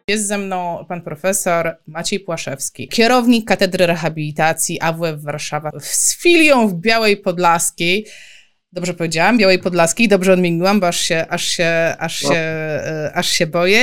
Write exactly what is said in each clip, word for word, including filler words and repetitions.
Jest ze mną pan profesor Maciej Płaszewski, kierownik Katedry Rehabilitacji A W F Warszawa z filią w Białej Podlaskiej. Dobrze powiedziałam? Białej Podlaskiej, dobrze odmieniłam, bo aż się, aż się, aż się, no. aż się boję.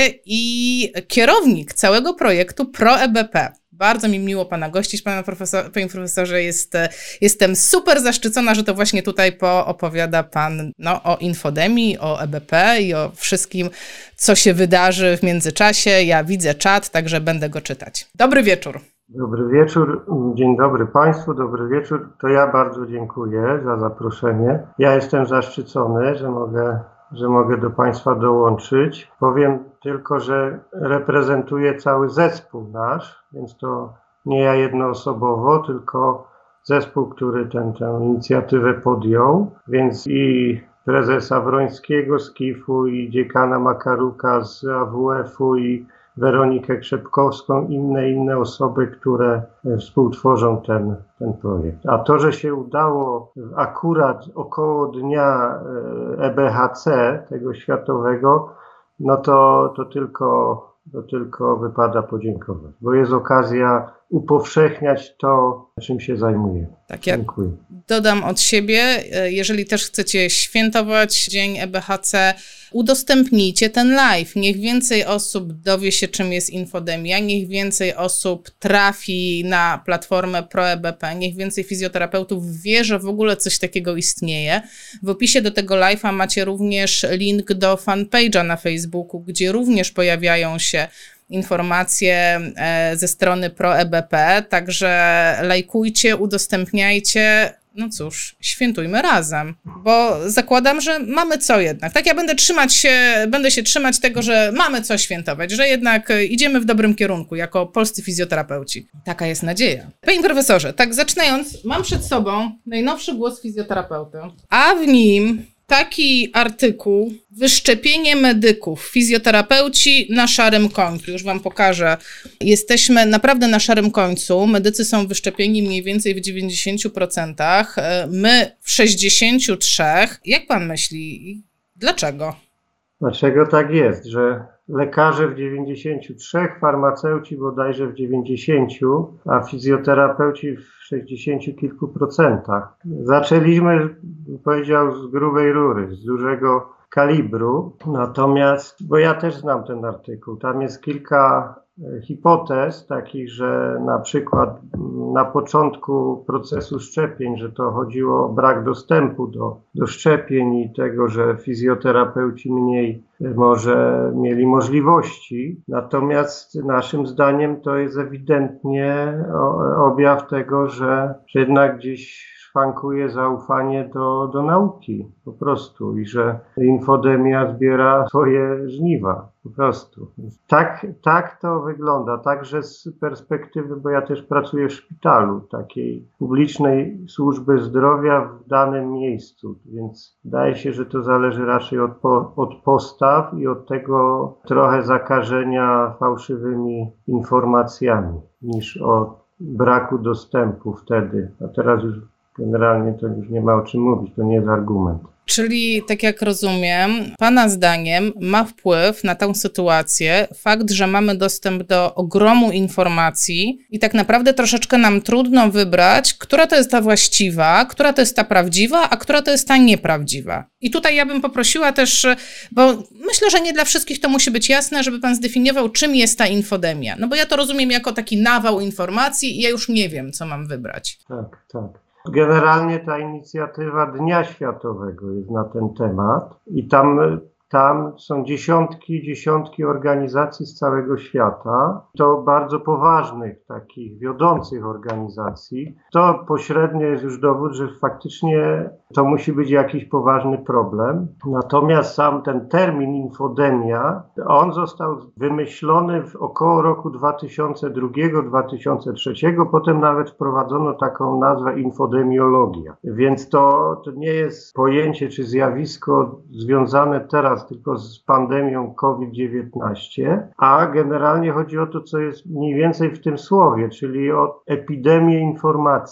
I kierownik całego projektu Pro E B P. Bardzo mi miło pana gościć, pana profesor, panie profesorze. Jest, jestem super zaszczycona, że to właśnie tutaj poopowiada pan no, o infodemii, o E B P i o wszystkim, co się wydarzy w międzyczasie. Ja widzę czat, także będę go czytać. Dobry wieczór. Dobry wieczór, dzień dobry Państwu, dobry wieczór. To ja bardzo dziękuję za zaproszenie. Ja jestem zaszczycony, że mogę, że mogę do Państwa dołączyć. Powiem tylko, że reprezentuję cały zespół nasz, więc to nie ja jednoosobowo, tylko zespół, który ten, tę inicjatywę podjął, więc i prezesa Wrońskiego z K I F-u, i dziekana Makaruka z A W F-u, i Weronikę Krzepkowską, inne inne osoby, które współtworzą ten, ten projekt. A to, że się udało akurat około dnia E B H C, tego światowego, no to, to tylko, to tylko wypada podziękować, bo jest okazja upowszechniać to, czym się zajmuję. Tak, ja Dziękuję. Dodam od siebie, jeżeli też chcecie świętować Dzień E B H C, udostępnijcie ten live. Niech więcej osób dowie się, czym jest infodemia, niech więcej osób trafi na platformę Pro E B P, niech więcej fizjoterapeutów wie, że w ogóle coś takiego istnieje. W opisie do tego live'a macie również link do fanpage'a na Facebooku, gdzie również pojawiają się informacje ze strony Pro E B P, także lajkujcie, udostępniajcie. No cóż, świętujmy razem, bo zakładam, że mamy co jednak. Tak, ja będę trzymać się, będę się trzymać tego, że mamy co świętować, że jednak idziemy w dobrym kierunku jako polscy fizjoterapeuci. Taka jest nadzieja. Panie profesorze, tak zaczynając, mam przed sobą najnowszy głos fizjoterapeuty, a w nim taki artykuł: wyszczepienie medyków, fizjoterapeuci na szarym końcu. Już wam pokażę. Jesteśmy naprawdę na szarym końcu. Medycy są wyszczepieni mniej więcej w dziewięćdziesięciu procentach. My w sześćdziesięciu trzech procentach. Jak pan myśli? Dlaczego? Dlaczego tak jest, że lekarze w dziewięćdziesięciu trzech, farmaceuci bodajże w dziewięćdziesięciu, a fizjoterapeuci w sześćdziesięciu kilku procentach. Zaczęliśmy, powiedział, z grubej rury, z dużego kalibru. Natomiast, bo ja też znam ten artykuł, tam jest kilka hipotez takich, że na przykład na początku procesu szczepień, że to chodziło o brak dostępu do, do szczepień i tego, że fizjoterapeuci mniej może mieli możliwości. Natomiast naszym zdaniem to jest ewidentnie objaw tego, że, że jednak gdzieś szwankuje zaufanie do, do nauki po prostu i że infodemia zbiera swoje żniwa po prostu. Tak, tak to wygląda, także z perspektywy, bo ja też pracuję w szpitalu, takiej publicznej służby zdrowia w danym miejscu, więc wydaje się, że to zależy raczej od, po, od postaw i od tego trochę zakażenia fałszywymi informacjami niż od braku dostępu wtedy, a teraz już generalnie to już nie ma o czym mówić, to nie jest argument. Czyli, tak jak rozumiem, pana zdaniem ma wpływ na tę sytuację fakt, że mamy dostęp do ogromu informacji i tak naprawdę troszeczkę nam trudno wybrać, która to jest ta właściwa, która to jest ta prawdziwa, a która to jest ta nieprawdziwa. I tutaj ja bym poprosiła też, bo myślę, że nie dla wszystkich to musi być jasne, żeby pan zdefiniował, czym jest ta infodemia. No bo ja to rozumiem jako taki nawał informacji i ja już nie wiem, co mam wybrać. Tak, tak. Generalnie ta inicjatywa Dnia Światowego jest na ten temat i tam, tam są dziesiątki, dziesiątki organizacji z całego świata. To bardzo poważnych, takich wiodących organizacji. To pośrednio jest już dowód, że faktycznie to musi być jakiś poważny problem. Natomiast sam ten termin infodemia, on został wymyślony w około roku dwa tysiące drugiego do dwa tysiące trzeciego. Potem nawet wprowadzono taką nazwę infodemiologia. Więc to, to nie jest pojęcie czy zjawisko związane teraz tylko z pandemią COVID dziewiętnaście, a generalnie chodzi o to, co jest mniej więcej w tym słowie, czyli o epidemię informacji.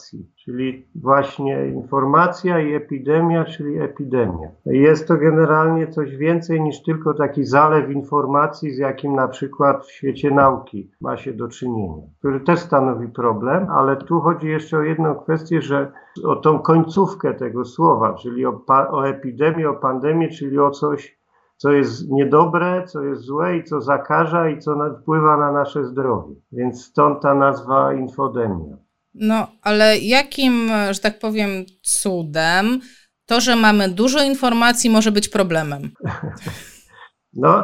czyli właśnie informacja i epidemia, czyli epidemia. Jest to generalnie coś więcej niż tylko taki zalew informacji, z jakim na przykład w świecie nauki ma się do czynienia, który też stanowi problem, ale tu chodzi jeszcze o jedną kwestię, że o tą końcówkę tego słowa, czyli o, pa- o epidemię, o pandemię, czyli o coś, co jest niedobre, co jest złe i co zakaża i co wpływa na nasze zdrowie. Więc stąd ta nazwa infodemia. No, ale jakim, że tak powiem, cudem to, że mamy dużo informacji, może być problemem? No,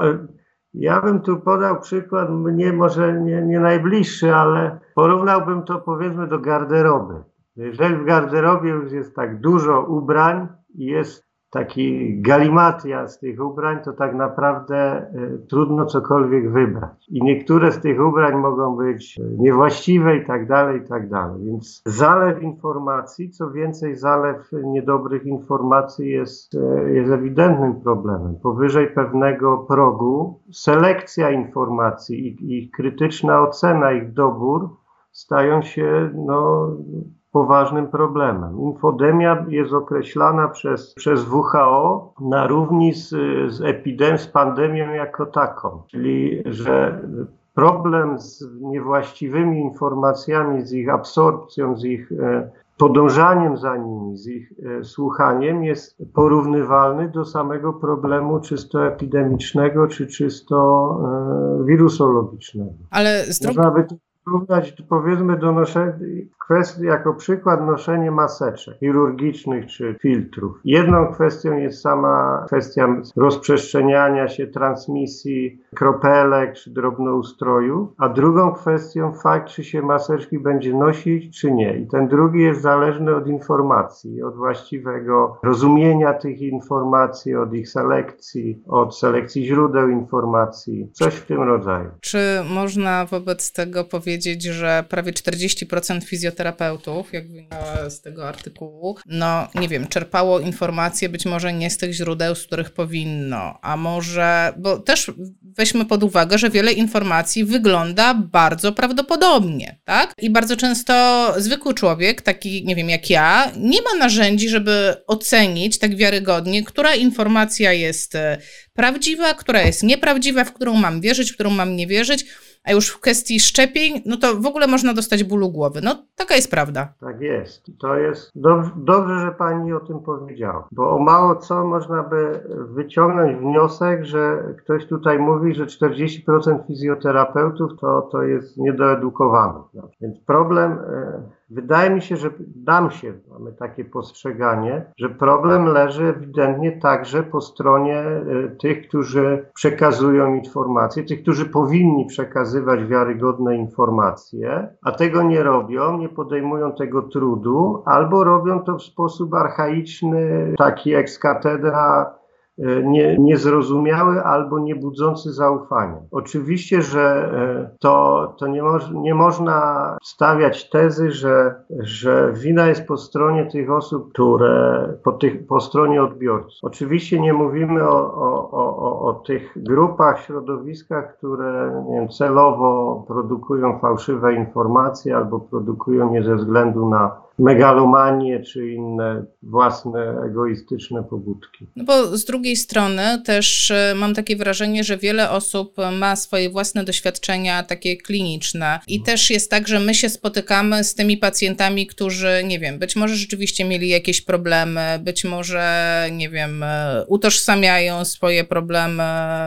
ja bym tu podał przykład, mnie może nie, nie najbliższy, ale porównałbym to powiedzmy do garderoby. Jeżeli w garderobie już jest tak dużo ubrań i jest taki galimatia z tych ubrań, to tak naprawdę y, trudno cokolwiek wybrać. I niektóre z tych ubrań mogą być niewłaściwe i tak dalej, i tak dalej. Więc zalew informacji, co więcej zalew niedobrych informacji jest, y, jest ewidentnym problemem. Powyżej pewnego progu selekcja informacji i ich krytyczna ocena, ich dobór stają się no, poważnym problemem. Infodemia jest określana przez, przez W H O na równi z, z epidemią, z pandemią jako taką. Czyli, że problem z niewłaściwymi informacjami, z ich absorpcją, z ich e, podążaniem za nimi, z ich e, słuchaniem jest porównywalny do samego problemu czysto epidemicznego czy czysto e, wirusologicznego. Ale z drugiej... Można by to porównać, powiedzmy, do noszenia, kwestii, jako przykład noszenie maseczek chirurgicznych czy filtrów. Jedną kwestią jest sama kwestia rozprzestrzeniania się, transmisji kropelek czy drobnoustrojów, a drugą kwestią fakt, czy się maseczki będzie nosić, czy nie. I ten drugi jest zależny od informacji, od właściwego rozumienia tych informacji, od ich selekcji, od selekcji źródeł informacji, coś w tym rodzaju. Czy można wobec tego powiedzieć, że prawie czterdzieści procent fizjoterapeutów, jak wynika z tego artykułu, no nie wiem, czerpało informacje być może nie z tych źródeł, z których powinno, a może, bo też weźmy pod uwagę, że wiele informacji wygląda bardzo prawdopodobnie, tak? I bardzo często zwykły człowiek, taki, nie wiem, jak ja, nie ma narzędzi, żeby ocenić tak wiarygodnie, która informacja jest prawdziwa, która jest nieprawdziwa, w którą mam wierzyć, w którą mam nie wierzyć. A już w kwestii szczepień, no to w ogóle można dostać bólu głowy. No taka jest prawda. Tak jest. To jest dobrze, dobrze, że pani o tym powiedziała. Bo o mało co można by wyciągnąć wniosek, że ktoś tutaj mówi, że czterdzieści procent fizjoterapeutów to, to jest niedoedukowanych. No. Więc problem, e, wydaje mi się, że dam się, mamy takie postrzeganie, że problem leży ewidentnie także po stronie e, tych, którzy przekazują informacje, tych, którzy powinni przekazywać wiarygodne informacje, a tego nie robią, nie podejmują tego trudu, albo robią to w sposób archaiczny, taki ex cathedra, nie, niezrozumiały albo nie budzący zaufania. Oczywiście, że to, to nie, moż, nie można stawiać tezy, że, że wina jest po stronie tych osób, które po, tych, po stronie odbiorców. Oczywiście nie mówimy o, o, o, o tych grupach, środowiskach, które nie wiem, celowo produkują fałszywe informacje albo produkują je ze względu na megalomanię czy inne własne egoistyczne pobudki. No bo z drugiej strony też mam takie wrażenie, że wiele osób ma swoje własne doświadczenia takie kliniczne i też jest tak, że my się spotykamy z tymi pacjentami, którzy, nie wiem, być może rzeczywiście mieli jakieś problemy, być może, nie wiem, utożsamiają swoje problemy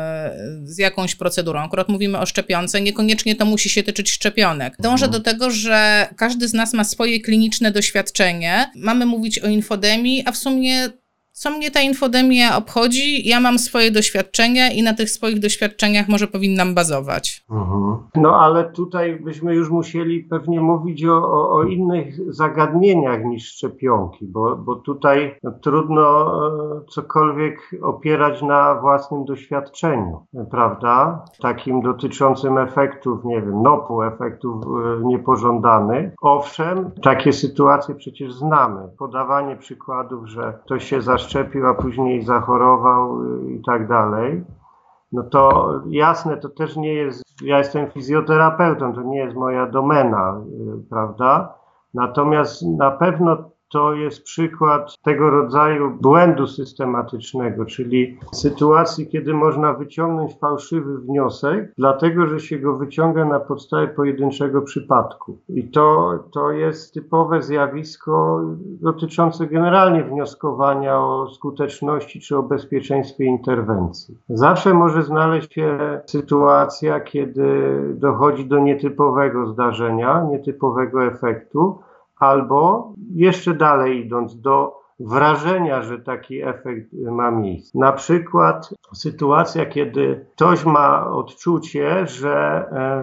z jakąś procedurą. Akurat mówimy o szczepionce, niekoniecznie to musi się tyczyć szczepionek. Dążę mhm. do tego, że każdy z nas ma swoje kliniczne doświadczenie. Mamy mówić o infodemii, a w sumie co mnie ta infodemia obchodzi? Ja mam swoje doświadczenia i na tych swoich doświadczeniach może powinnam bazować. Mhm. No ale tutaj byśmy już musieli pewnie mówić o, o, o innych zagadnieniach niż szczepionki, bo, bo tutaj no, trudno e, cokolwiek opierać na własnym doświadczeniu, prawda? Takim dotyczącym efektów, nie wiem, N O P-u, efektów e, niepożądanych. Owszem, takie sytuacje przecież znamy. Podawanie przykładów, że ktoś się zaszczepił, szczepił, a później zachorował i tak dalej, no to jasne, to też nie jest, ja jestem fizjoterapeutą, to nie jest moja domena, prawda? Natomiast na pewno to jest przykład tego rodzaju błędu systematycznego, czyli sytuacji, kiedy można wyciągnąć fałszywy wniosek, dlatego że się go wyciąga na podstawie pojedynczego przypadku. I to, to jest typowe zjawisko dotyczące generalnie wnioskowania o skuteczności czy o bezpieczeństwie interwencji. Zawsze może znaleźć się sytuacja, kiedy dochodzi do nietypowego zdarzenia, nietypowego efektu, albo jeszcze dalej idąc do wrażenia, że taki efekt ma miejsce. Na przykład sytuacja, kiedy ktoś ma odczucie, że,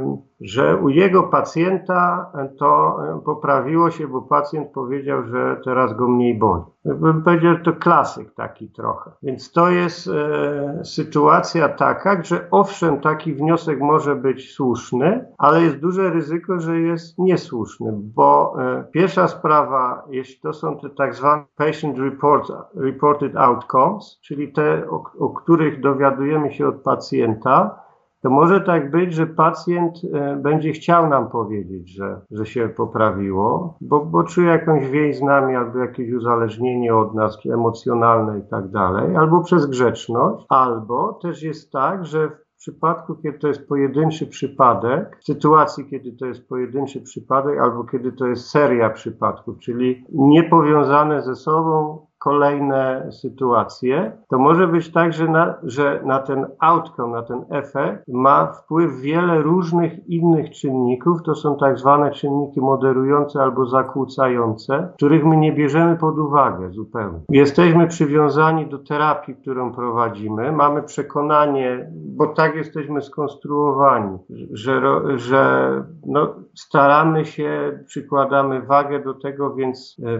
że u jego pacjenta to poprawiło się, bo pacjent powiedział, że teraz go mniej boli. Bym powiedział, że to klasyk taki trochę. Więc to jest e, sytuacja taka, że owszem, taki wniosek może być słuszny, ale jest duże ryzyko, że jest niesłuszny, bo e, pierwsza sprawa, jeśli to są te tak zwane patient report, reported outcomes, czyli te, o, o których dowiadujemy się od pacjenta, to może tak być, że pacjent e, będzie chciał nam powiedzieć, że, że się poprawiło, bo, bo czuje jakąś więź z nami, albo jakieś uzależnienie od nas emocjonalne i tak dalej, albo przez grzeczność, albo też jest tak, że w przypadku, kiedy to jest pojedynczy przypadek, w sytuacji, kiedy to jest pojedynczy przypadek, albo kiedy to jest seria przypadków, czyli niepowiązane ze sobą kolejne sytuacje, to może być tak, że na, że na ten outcome, na ten efekt ma wpływ wiele różnych innych czynników. To są tak zwane czynniki moderujące albo zakłócające, których my nie bierzemy pod uwagę zupełnie. Jesteśmy przywiązani do terapii, którą prowadzimy. Mamy przekonanie, bo tak jesteśmy skonstruowani, że, że no, staramy się, przykładamy wagę do tego, więc yy,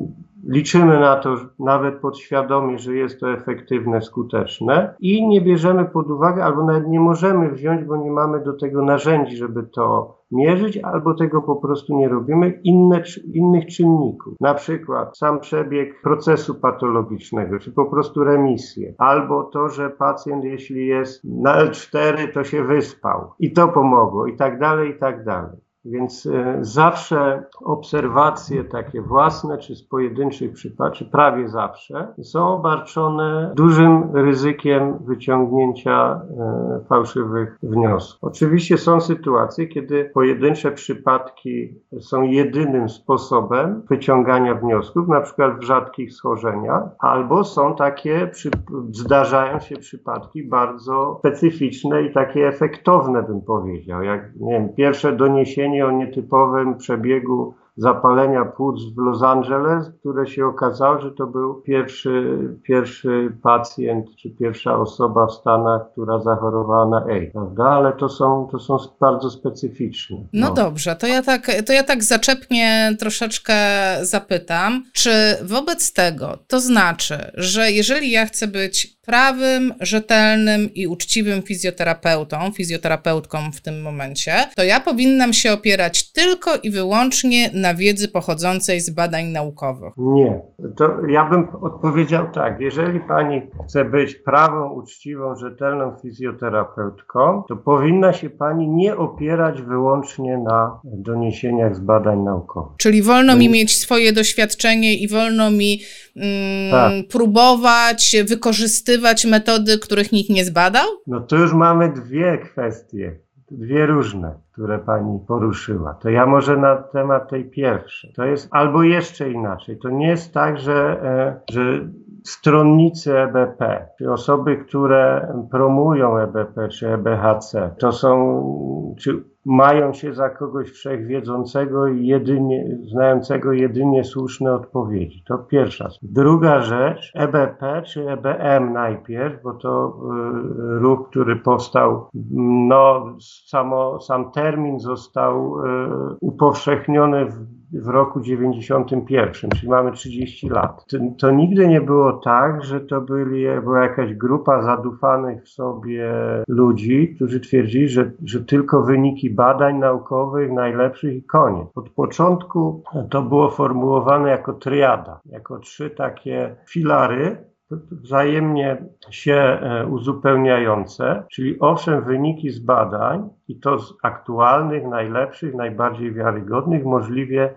liczymy na to, nawet podświadomie, że jest to efektywne, skuteczne i nie bierzemy pod uwagę, albo nawet nie możemy wziąć, bo nie mamy do tego narzędzi, żeby to mierzyć, albo tego po prostu nie robimy, inne, innych czynników. Na przykład sam przebieg procesu patologicznego, czy po prostu remisję, albo to, że pacjent, jeśli jest na L cztery, to się wyspał i to pomogło, i tak dalej, i tak dalej. Więc e, zawsze obserwacje takie własne, czy z pojedynczych przypadków, czy prawie zawsze, są obarczone dużym ryzykiem wyciągnięcia e, fałszywych wniosków. Oczywiście są sytuacje, kiedy pojedyncze przypadki są jedynym sposobem wyciągania wniosków, na przykład w rzadkich schorzeniach, albo są takie, przy, zdarzają się przypadki bardzo specyficzne i takie efektowne, bym powiedział, jak, nie wiem, pierwsze doniesienie o nietypowym przebiegu zapalenia płuc w Los Angeles, które się okazało, że to był pierwszy, pierwszy pacjent, czy pierwsza osoba w Stanach, która zachorowała na AIDS, prawda? Ale to są, to są bardzo specyficzne. No, no dobrze, to ja, tak, to ja tak zaczepnie troszeczkę zapytam, czy wobec tego to znaczy, że jeżeli ja chcę być prawym, rzetelnym i uczciwym fizjoterapeutą, fizjoterapeutką w tym momencie, to ja powinnam się opierać tylko i wyłącznie na wiedzy pochodzącej z badań naukowych? Nie. To ja bym odpowiedział tak. Jeżeli pani chce być prawą, uczciwą, rzetelną fizjoterapeutką, to powinna się pani nie opierać wyłącznie na doniesieniach z badań naukowych. Czyli wolno mi mieć swoje doświadczenie i wolno mi mm, tak. próbować, wykorzystywać metody, których nikt nie zbadał? No to już mamy dwie kwestie. Dwie różne, które pani poruszyła. To ja może na temat tej pierwszej. To jest albo jeszcze inaczej. To nie jest tak, że, e, że stronnicy E B P, czy osoby, które promują E B P czy E B H C, to są, czy mają się za kogoś wszechwiedzącego i jedynie, znającego jedynie słuszne odpowiedzi. To pierwsza. Druga rzecz, E B P czy E B M najpierw, bo to y, ruch, który powstał, no samo, sam termin został y, upowszechniony w w roku dziewięćdziesiątym pierwszym, czyli mamy trzydzieści lat. To, to nigdy nie było tak, że to byli, była jakaś grupa zadufanych w sobie ludzi, którzy twierdzili, że, że tylko wyniki badań naukowych najlepszych i koniec. Od początku to było formułowane jako triada, jako trzy takie filary, wzajemnie się uzupełniające, czyli owszem wyniki z badań i to z aktualnych, najlepszych, najbardziej wiarygodnych, możliwie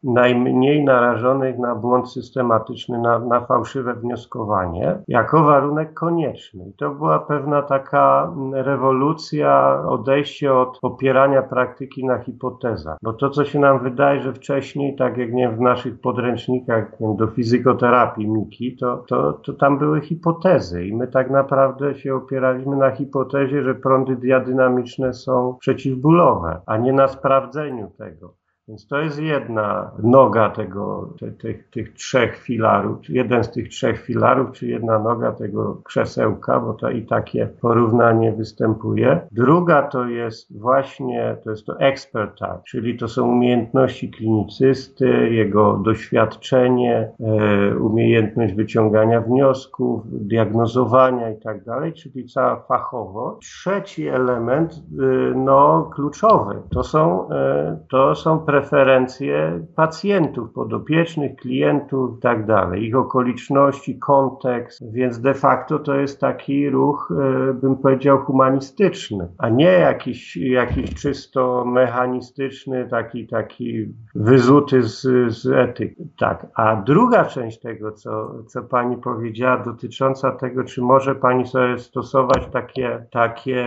najmniej narażonych na błąd systematyczny, na, na fałszywe wnioskowanie, jako warunek konieczny. I to była pewna taka rewolucja, odejście od opierania praktyki na hipotezach. Bo to, co się nam wydaje, że wcześniej, tak jak nie wiem, w naszych podręcznikach nie wiem, do fizykoterapii Miki, to, to, to tam były hipotezy i my tak naprawdę się opieraliśmy na hipotezie, że prądy diadynamiczne są przeciwbólowe, a nie na sprawdzeniu tego. Więc to jest jedna noga tego, te, tych, tych trzech filarów, czy jeden z tych trzech filarów, czy jedna noga tego krzesełka, bo to i takie porównanie występuje. Druga to jest właśnie, to jest to expertise, czyli to są umiejętności klinicysty, jego doświadczenie, e, umiejętność wyciągania wniosków, diagnozowania i tak dalej, czyli cała fachowość. Trzeci element, e, no kluczowy, to są, e, to są preferencje pacjentów, podopiecznych, klientów i tak dalej, ich okoliczności, kontekst, więc de facto to jest taki ruch, bym powiedział, humanistyczny, a nie jakiś, jakiś czysto mechanistyczny, taki, taki wyzuty z, z etyki. Tak. A druga część tego, co, co pani powiedziała, dotycząca tego, czy może pani sobie stosować takie, takie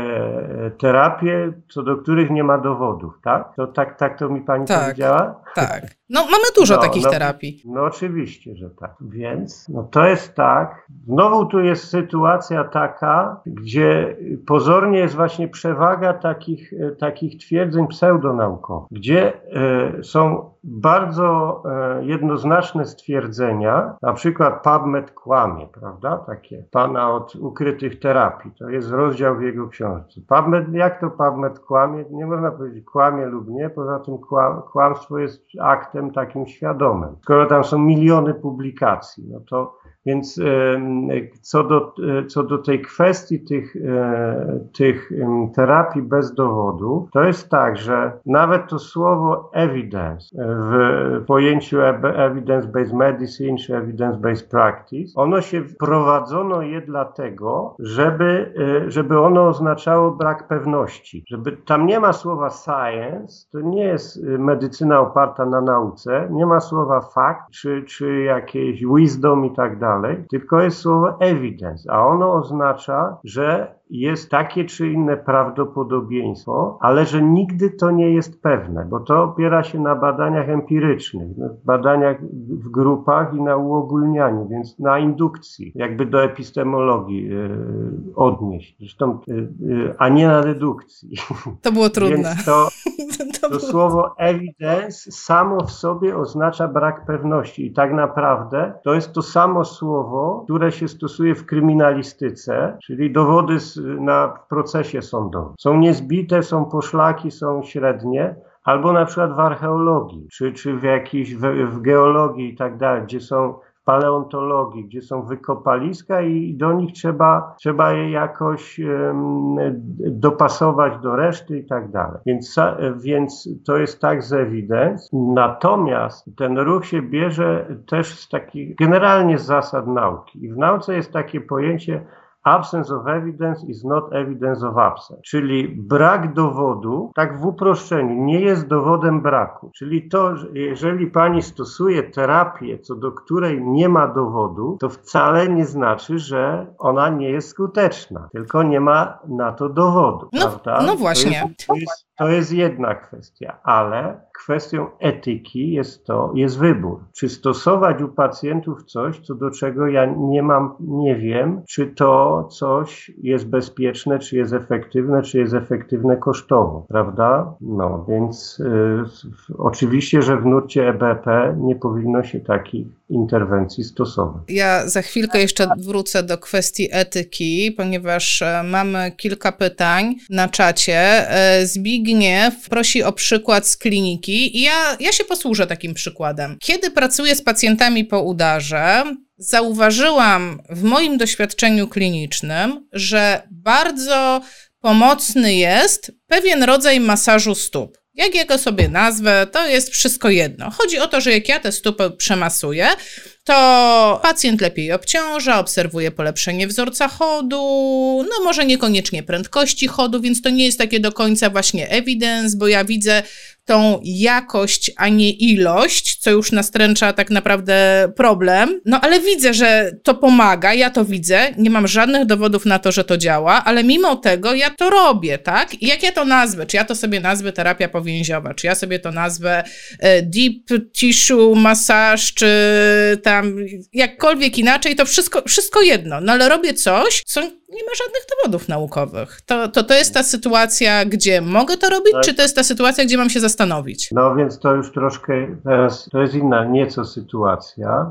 terapie, co do których nie ma dowodów, tak? To tak, tak to mi pani tak, powiedziała? Tak. No mamy dużo no, takich no, terapii. No oczywiście, że tak. Więc no to jest tak. Znowu tu jest sytuacja taka, gdzie pozornie jest właśnie przewaga takich, takich twierdzeń pseudonaukowych, gdzie y, są bardzo y, jednoznaczne stwierdzenia, na przykład PubMed kłamie, prawda? Takie pana od ukrytych terapii. To jest rozdział w jego książce. PubMed, jak to PubMed kłamie? Nie można powiedzieć kłamie lub nie, poza tym kłam, kłamstwo jest aktem takim świadomym. Skoro tam są miliony publikacji, no to więc co do, co do tej kwestii tych, tych terapii bez dowodów, to jest tak, że nawet to słowo evidence w pojęciu evidence-based medicine czy evidence-based practice, ono się wprowadzono je dlatego, żeby, żeby ono oznaczało brak pewności. Żeby tam nie ma słowa science, to nie jest medycyna oparta na nauce, nie ma słowa fact czy, czy jakieś wisdom i tak dalej, tylko jest słowo evidence, a ono oznacza, że jest takie czy inne prawdopodobieństwo, ale że nigdy to nie jest pewne, bo to opiera się na badaniach empirycznych, badaniach w grupach i na uogólnianiu, więc na indukcji, jakby do epistemologii yy, odnieść, zresztą, yy, yy, a nie na dedukcji. To było trudne. Więc to, to, to było... słowo evidence samo w sobie oznacza brak pewności i tak naprawdę to jest to samo słowo, które się stosuje w kryminalistyce, czyli dowody z na procesie sądowym. Są niezbite, są poszlaki, są średnie, albo na przykład w archeologii, czy, czy w jakiejś, w, w geologii i tak dalej, gdzie są w paleontologii, gdzie są wykopaliska i do nich trzeba, trzeba je jakoś um, dopasować do reszty i tak dalej. Więc, więc to jest tak z evidence. Natomiast ten ruch się bierze też z takich, generalnie z zasad nauki. I w nauce jest takie pojęcie absence of evidence is not evidence of absence, czyli brak dowodu, tak w uproszczeniu, nie jest dowodem braku. Czyli to, że jeżeli pani stosuje terapię, co do której nie ma dowodu, to wcale nie znaczy, że ona nie jest skuteczna, tylko nie ma na to dowodu, no, prawda? No właśnie. To jest, to jest, to jest jedna kwestia, ale kwestią etyki jest to, jest wybór. Czy stosować u pacjentów coś, co do czego ja nie mam, nie wiem, czy to coś jest bezpieczne, czy jest efektywne, czy jest efektywne kosztowo, prawda? No, więc y, oczywiście, że w nurcie E B P nie powinno się takich interwencji stosować. Ja za chwilkę jeszcze wrócę do kwestii etyki, ponieważ mamy kilka pytań na czacie. Zbigniew prosi o przykład z kliniki i ja, ja się posłużę takim przykładem. Kiedy pracuję z pacjentami po udarze, zauważyłam w moim doświadczeniu klinicznym, że bardzo pomocny jest pewien rodzaj masażu stóp. Jak ja go sobie nazwę, to jest wszystko jedno. Chodzi o to, że jak ja te stopy przemasuję, to pacjent lepiej obciąża, obserwuje polepszenie wzorca chodu, no może niekoniecznie prędkości chodu, więc to nie jest takie do końca właśnie evidence, bo ja widzę tą jakość, a nie ilość, co już nastręcza tak naprawdę problem. No ale widzę, że to pomaga, ja to widzę, nie mam żadnych dowodów na to, że to działa, ale mimo tego ja to robię, tak? I jak ja to nazwę? Czy ja to sobie nazwę terapia powięziowa, czy ja sobie to nazwę deep tissue massage, czy tam jakkolwiek inaczej, to wszystko, wszystko jedno. No ale robię coś, co nie ma żadnych dowodów naukowych. To, to, to jest ta sytuacja, gdzie mogę to robić, tak. Czy to jest ta sytuacja, gdzie mam się zastanowić? No więc to już troszkę teraz, to jest inna nieco sytuacja,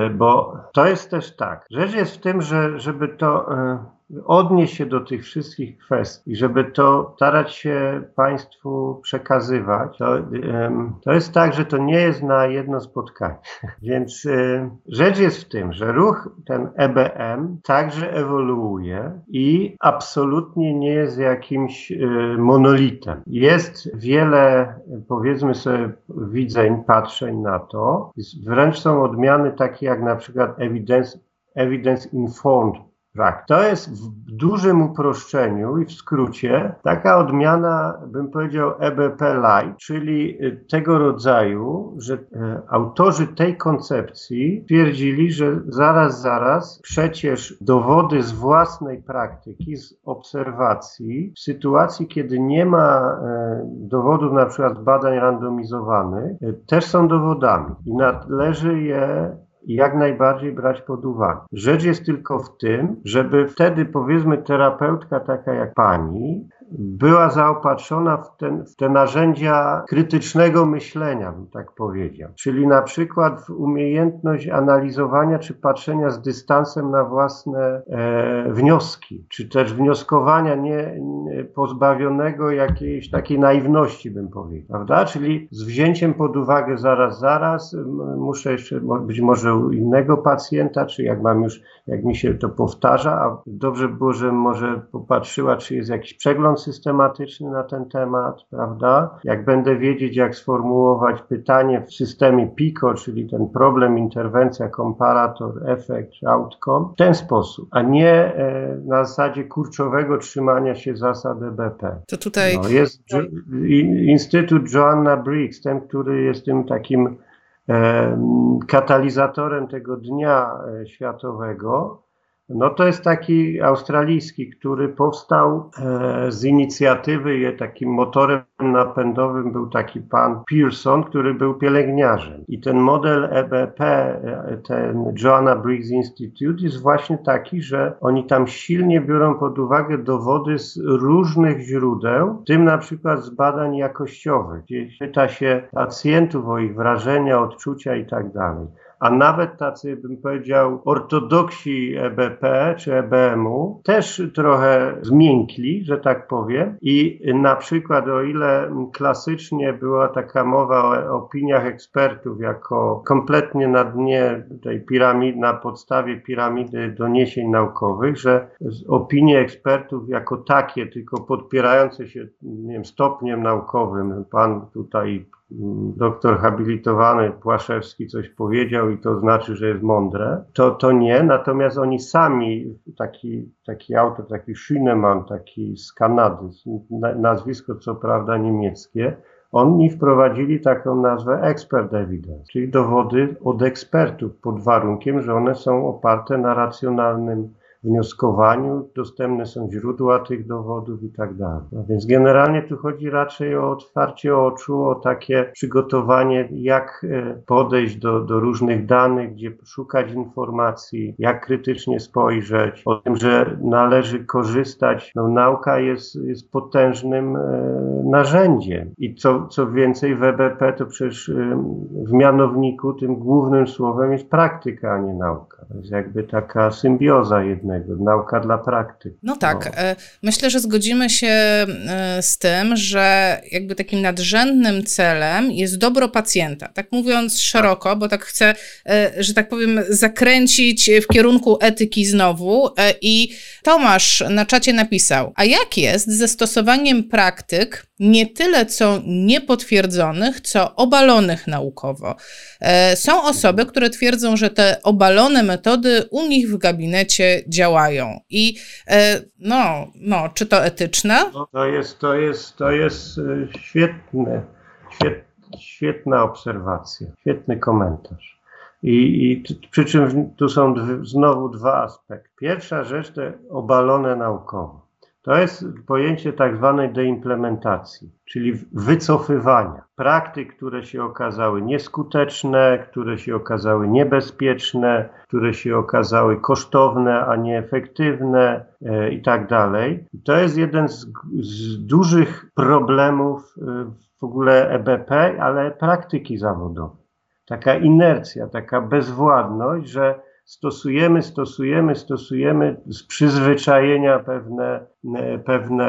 bo to jest też tak. Rzecz jest w tym, że żeby to odnieść się do tych wszystkich kwestii, żeby to starać się Państwu przekazywać, to, to jest tak, że to nie jest na jedno spotkanie. Więc rzecz jest w tym, że ruch ten E B M także ewoluuje i absolutnie nie jest jakimś monolitem. Jest wiele, powiedzmy sobie, widzeń, patrzeń na to. Wręcz są odmiany takie jak na przykład evidence, evidence informed. To jest w dużym uproszczeniu i w skrócie taka odmiana, bym powiedział, E B P Light, czyli tego rodzaju, że autorzy tej koncepcji twierdzili, że zaraz, zaraz przecież dowody z własnej praktyki, z obserwacji, w sytuacji, kiedy nie ma dowodów na przykład z badań randomizowanych, też są dowodami i należy je jak najbardziej brać pod uwagę. Rzecz jest tylko w tym, żeby wtedy, powiedzmy, terapeutka taka jak pani była zaopatrzona w, ten, w te narzędzia krytycznego myślenia, bym tak powiedział. Czyli na przykład w umiejętność analizowania czy patrzenia z dystansem na własne e, wnioski, czy też wnioskowania nie, nie pozbawionego jakiejś takiej naiwności, bym powiedział, prawda? Czyli z wzięciem pod uwagę zaraz, zaraz, muszę jeszcze być może u innego pacjenta, czy jak mam już, jak mi się to powtarza, a dobrze było, że może popatrzyła, czy jest jakiś przegląd systematyczny na ten temat, prawda? Jak będę wiedzieć, jak sformułować pytanie w systemie PICO, czyli ten problem, interwencja, komparator, efekt, outcome, w ten sposób, a nie e, na zasadzie kurczowego trzymania się zasad E B P. To tutaj... No, jest jo, Instytut Joanna Briggs, ten, który jest tym takim e, katalizatorem tego dnia e, światowego. No to jest taki australijski, który powstał e, z inicjatywy, takim motorem napędowym był taki pan Pearson, który był pielęgniarzem. I ten model E B P, e, ten Joanna Briggs Institute jest właśnie taki, że oni tam silnie biorą pod uwagę dowody z różnych źródeł, w tym na przykład z badań jakościowych, gdzie pyta się pacjentów o ich wrażenia, odczucia i tak dalej. A nawet tacy, bym powiedział, ortodoksi E B P czy E B M-u też trochę zmiękli, że tak powiem. I na przykład, o ile klasycznie była taka mowa o opiniach ekspertów jako kompletnie na dnie tej piramidy, na podstawie piramidy doniesień naukowych, że opinie ekspertów jako takie, tylko podpierające się, nie wiem, stopniem naukowym, pan tutaj doktor habilitowany Płaszewski coś powiedział i to znaczy, że jest mądre, to, to nie. Natomiast oni sami, taki, taki autor, taki Schünemann, taki z Kanady, nazwisko co prawda niemieckie, oni wprowadzili taką nazwę expert evidence, czyli dowody od ekspertów pod warunkiem, że one są oparte na racjonalnym wnioskowaniu, dostępne są źródła tych dowodów i tak dalej. No więc generalnie tu chodzi raczej o otwarcie oczu, o takie przygotowanie, jak podejść do, do różnych danych, gdzie szukać informacji, jak krytycznie spojrzeć, o tym, że należy korzystać. No, nauka jest, jest potężnym e, narzędziem i co, co więcej w E B P to przecież e, w mianowniku tym głównym słowem jest praktyka, a nie nauka. To jest jakby taka symbioza jednego. Nauka dla praktyk. No tak. No. Myślę, że zgodzimy się z tym, że jakby takim nadrzędnym celem jest dobro pacjenta. Tak mówiąc szeroko, bo tak chcę, że tak powiem, zakręcić w kierunku etyki znowu. I Tomasz na czacie napisał, a jak jest ze stosowaniem praktyk nie tyle co niepotwierdzonych, co obalonych naukowo? Są osoby, które twierdzą, że te obalone metody u nich w gabinecie działają. I no, no czy to etyczne? No, to jest, to jest, to jest świetne, świetne, świetna obserwacja, świetny komentarz. I, i przy czym tu są dwie, znowu dwa aspekty. Pierwsza rzecz to obalone naukowo. To jest pojęcie tak zwanej deimplementacji, czyli wycofywania praktyk, które się okazały nieskuteczne, które się okazały niebezpieczne, które się okazały kosztowne, a nie efektywne e, i tak dalej. To jest jeden z, z dużych problemów e, w ogóle E B P, ale praktyki zawodowej. Taka inercja, taka bezwładność, że stosujemy, stosujemy, stosujemy z przyzwyczajenia pewne, pewne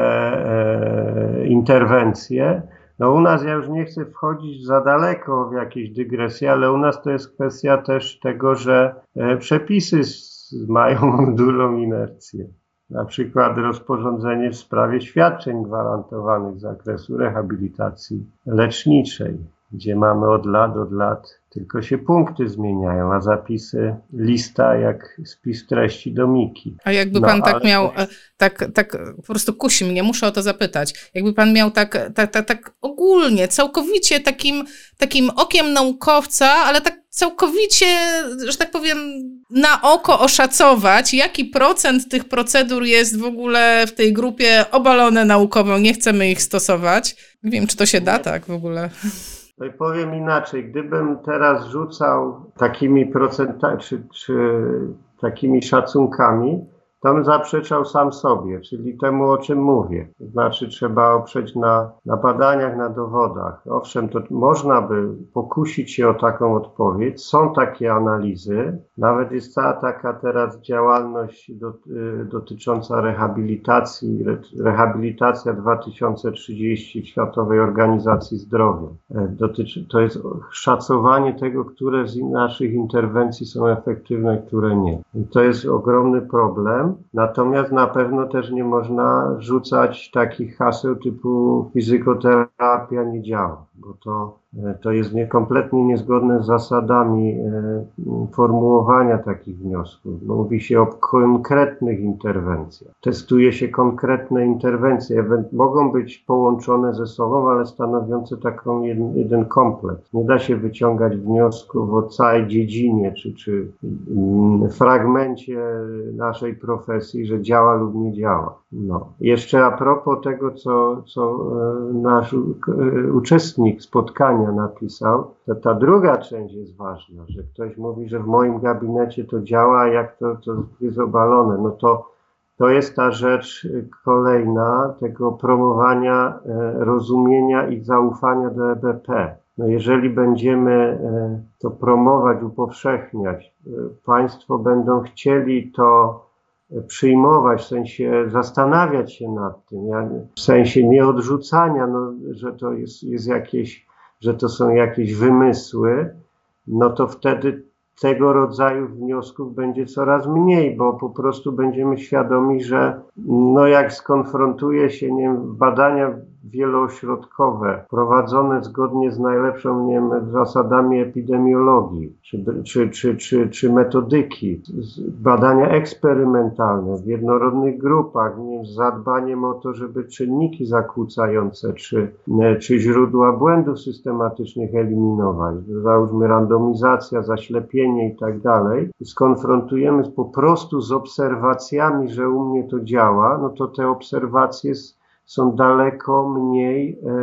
e, interwencje. No u nas, ja już nie chcę wchodzić za daleko w jakieś dygresje, ale u nas to jest kwestia też tego, że e, przepisy s, mają dużą inercję. Na przykład rozporządzenie w sprawie świadczeń gwarantowanych z zakresu rehabilitacji leczniczej, gdzie mamy od lat, od lat tylko się punkty zmieniają, a zapisy, lista jak spis treści do Miki. A jakby no, pan tak ale... miał, tak, tak po prostu kusi mnie, muszę o to zapytać, jakby pan miał tak, tak, tak, tak ogólnie, całkowicie takim, takim okiem naukowca, ale tak całkowicie, że tak powiem, na oko oszacować, jaki procent tych procedur jest w ogóle w tej grupie obalone naukowo, nie chcemy ich stosować. Nie wiem, czy to się da tak w ogóle. No i powiem inaczej, gdybym teraz rzucał takimi procentami, czy, czy takimi szacunkami, to bym zaprzeczał sam sobie, czyli temu, o czym mówię. To znaczy trzeba oprzeć na, na badaniach, na dowodach. Owszem, to można by pokusić się o taką odpowiedź. Są takie analizy. Nawet jest cała taka teraz działalność do, y, dotycząca rehabilitacji, re, rehabilitacja dwa tysiące trzydzieści Światowej Organizacji Zdrowia. Dotyczy, to jest szacowanie tego, które z naszych interwencji są efektywne, które nie. I to jest ogromny problem. Natomiast na pewno też nie można rzucać takich haseł typu fizykoterapia nie działa, bo to, to jest nie, kompletnie niezgodne z zasadami e, formułowania takich wniosków. Bo mówi się o konkretnych interwencjach. Testuje się konkretne interwencje. Mogą być połączone ze sobą, ale stanowiące taką jeden, jeden komplet. Nie da się wyciągać wniosków o całej dziedzinie, czy, czy mm, fragmencie naszej profesji, że działa lub nie działa. No. Jeszcze a propos tego, co, co e, nasz e, uczestnik spotkania napisał, to ta druga część jest ważna, że ktoś mówi, że w moim gabinecie to działa, jak to, to jest obalone. No to, to jest ta rzecz kolejna tego promowania e, rozumienia i zaufania do E B P. No jeżeli będziemy e, to promować, upowszechniać, e, państwo będą chcieli to przyjmować, w sensie zastanawiać się nad tym, ja, w sensie nie odrzucania, no, że to jest, jest jakieś, że to są jakieś wymysły, no to wtedy tego rodzaju wniosków będzie coraz mniej, bo po prostu będziemy świadomi, że no jak skonfrontuje się, nie wiem, badania wieloośrodkowe prowadzone zgodnie z najlepszą, nie wiem, zasadami epidemiologii czy, czy, czy, czy, czy metodyki, badania eksperymentalne w jednorodnych grupach, nie wiem, z zadbaniem o to, żeby czynniki zakłócające czy, czy źródła błędów systematycznych eliminować, załóżmy randomizacja, zaślepienie i tak dalej, skonfrontujemy po prostu z obserwacjami, że u mnie to działa, no to te obserwacje są daleko mniej e,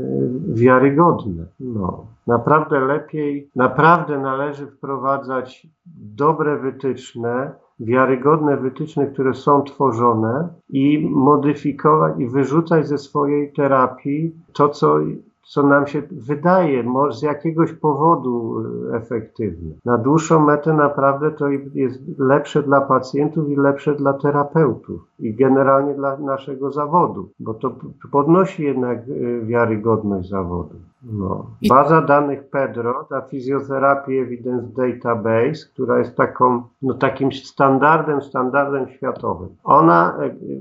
wiarygodne. No, naprawdę lepiej, naprawdę należy wprowadzać dobre wytyczne, wiarygodne wytyczne, które są tworzone i modyfikować i wyrzucać ze swojej terapii to, co co nam się wydaje może z jakiegoś powodu efektywne. Na dłuższą metę naprawdę to jest lepsze dla pacjentów i lepsze dla terapeutów i generalnie dla naszego zawodu, bo to podnosi jednak wiarygodność zawodu. No. Baza danych PEDRO, ta Physiotherapy Evidence Database, która jest taką, no, takim standardem, standardem światowym. Ona,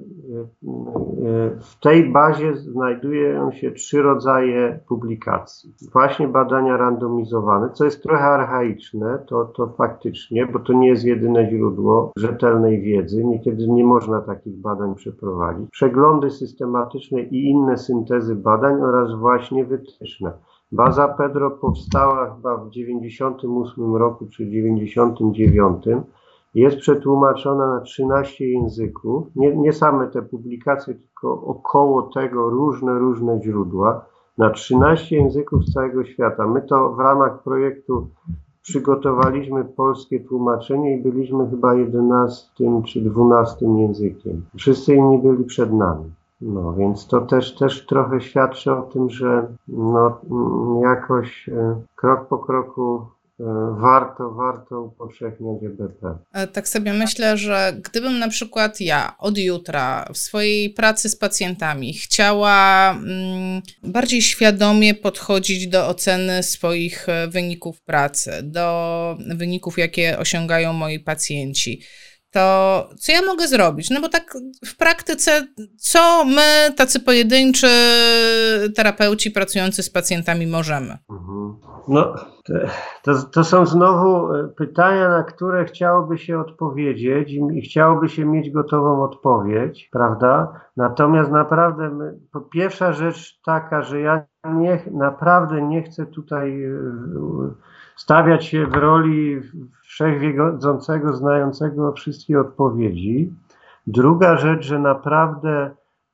w tej bazie znajdują się trzy rodzaje publikacji. Właśnie badania randomizowane, co jest trochę archaiczne, to, to faktycznie, bo to nie jest jedyne źródło rzetelnej wiedzy, niekiedy nie można takich badań przeprowadzić. Przeglądy systematyczne i inne syntezy badań oraz właśnie wytyczne. Baza Pedro powstała chyba w dziewięćdziesiątym ósmym roku czy dziewięćdziesiątym dziewiątym. Jest przetłumaczona na trzynaście języków. Nie, nie same te publikacje, tylko około tego różne, różne źródła. Na trzynaście języków z całego świata. My to w ramach projektu przygotowaliśmy polskie tłumaczenie i byliśmy chyba jedenastym czy dwunastym językiem. Wszyscy inni byli przed nami. No więc to też, też trochę świadczy o tym, że no, jakoś e, krok po kroku e, warto, warto upowszechniać E B P. Tak sobie myślę, że gdybym na przykład ja od jutra w swojej pracy z pacjentami chciała mm, bardziej świadomie podchodzić do oceny swoich wyników pracy, do wyników, jakie osiągają moi pacjenci, to co ja mogę zrobić? No bo tak w praktyce, co my, tacy pojedynczy terapeuci pracujący z pacjentami możemy? Mhm. No, to, to są znowu pytania, na które chciałoby się odpowiedzieć i, i chciałoby się mieć gotową odpowiedź, prawda? Natomiast naprawdę, my, po pierwsza rzecz taka, że ja nie, naprawdę nie chcę tutaj stawiać się w roli wszechwiedzącego, znającego wszystkie odpowiedzi. Druga rzecz, że naprawdę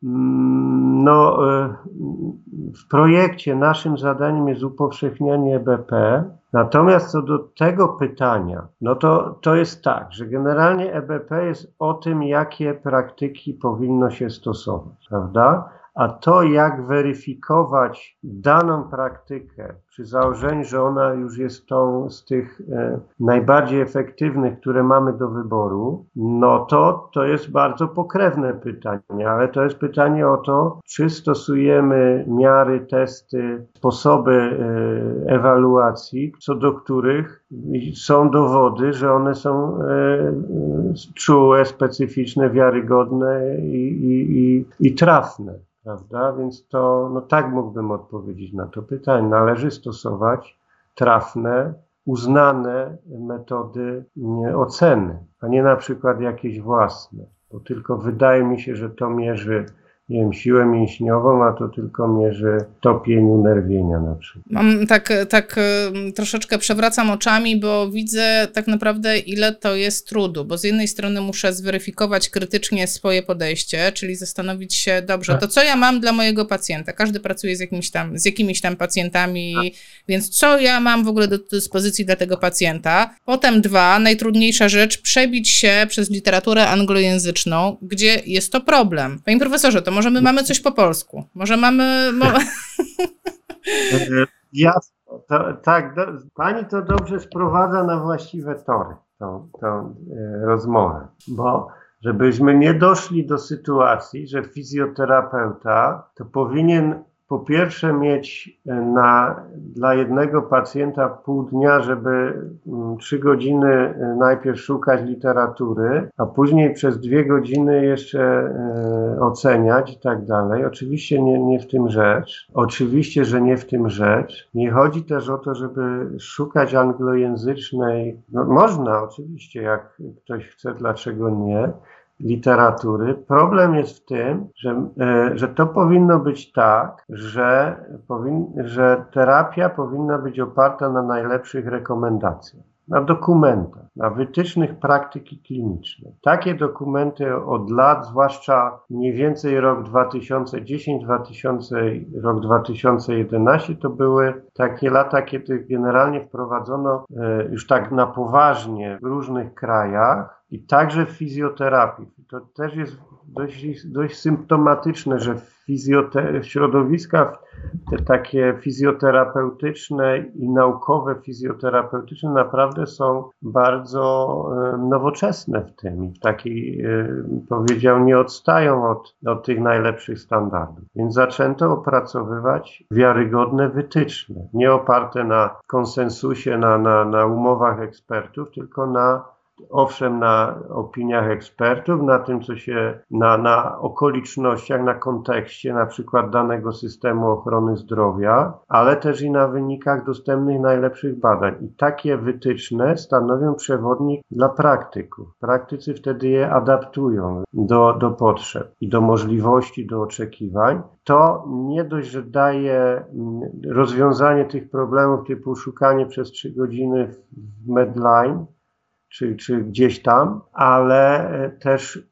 no, w projekcie naszym zadaniem jest upowszechnianie E B P. Natomiast co do tego pytania, no to, to jest tak, że generalnie E B P jest o tym, jakie praktyki powinno się stosować, prawda? A to, jak weryfikować daną praktykę przy założeniu, że ona już jest tą z tych e, najbardziej efektywnych, które mamy do wyboru, no to to jest bardzo pokrewne pytanie, ale to jest pytanie o to, czy stosujemy miary, testy, sposoby e, ewaluacji, co do których są dowody, że one są e, czułe, specyficzne, wiarygodne i, i, i, i trafne. Prawda? Więc to, no tak mógłbym odpowiedzieć na to pytanie. Należy stosować trafne, uznane metody oceny, a nie na przykład jakieś własne. Bo tylko wydaje mi się, że to mierzy, nie wiem, siłę mięśniową, a to tylko mierzy stopień unerwienia na przykład. Mam tak, tak troszeczkę przewracam oczami, bo widzę tak naprawdę, ile to jest trudu, bo z jednej strony muszę zweryfikować krytycznie swoje podejście, czyli zastanowić się, dobrze, to co ja mam dla mojego pacjenta? Każdy pracuje z jakimiś tam, z jakimiś tam pacjentami, więc co ja mam w ogóle do dyspozycji dla tego pacjenta? Potem dwa, najtrudniejsza rzecz, przebić się przez literaturę anglojęzyczną, gdzie jest to problem. Panie profesorze, to może my mamy coś po polsku? Może mamy... Mo... Jasne. To, tak, do, pani to dobrze sprowadza na właściwe tory, tą, tą e, rozmowę, bo żebyśmy nie doszli do sytuacji, że fizjoterapeuta to powinien po pierwsze mieć na, dla jednego pacjenta pół dnia, żeby trzy godziny najpierw szukać literatury, a później przez dwie godziny jeszcze e, oceniać i tak dalej. Oczywiście nie, nie w tym rzecz. Oczywiście, że nie w tym rzecz. Nie chodzi też o to, żeby szukać anglojęzycznej, no można oczywiście, jak ktoś chce, dlaczego nie, literatury. Problem jest w tym, że, e, że to powinno być tak, że, powin, że terapia powinna być oparta na najlepszych rekomendacjach, na dokumentach, na wytycznych praktyki klinicznej. Takie dokumenty od lat, zwłaszcza mniej więcej rok dwa tysiące dziesiąty, dwa tysiące, rok dwa tysiące jedenasty, to były takie lata, kiedy generalnie wprowadzono e, już tak na poważnie w różnych krajach i także w fizjoterapii. To też jest dość, dość symptomatyczne, że w, fizjote- w środowiskach te takie fizjoterapeutyczne i naukowe fizjoterapeutyczne naprawdę są bardzo e, nowoczesne w tym i w takiej, e, powiedział, nie odstają od, od tych najlepszych standardów. Więc zaczęto opracowywać wiarygodne wytyczne, nie oparte na konsensusie, na, na, na umowach ekspertów, tylko na owszem na opiniach ekspertów, na tym, co się, na, na okolicznościach, na kontekście na przykład danego systemu ochrony zdrowia, ale też i na wynikach dostępnych najlepszych badań. I takie wytyczne stanowią przewodnik dla praktyków. Praktycy wtedy je adaptują do, do potrzeb i do możliwości, do oczekiwań. To nie dość, że daje rozwiązanie tych problemów typu szukanie przez trzy godziny w Medline, czy, czy gdzieś tam, ale też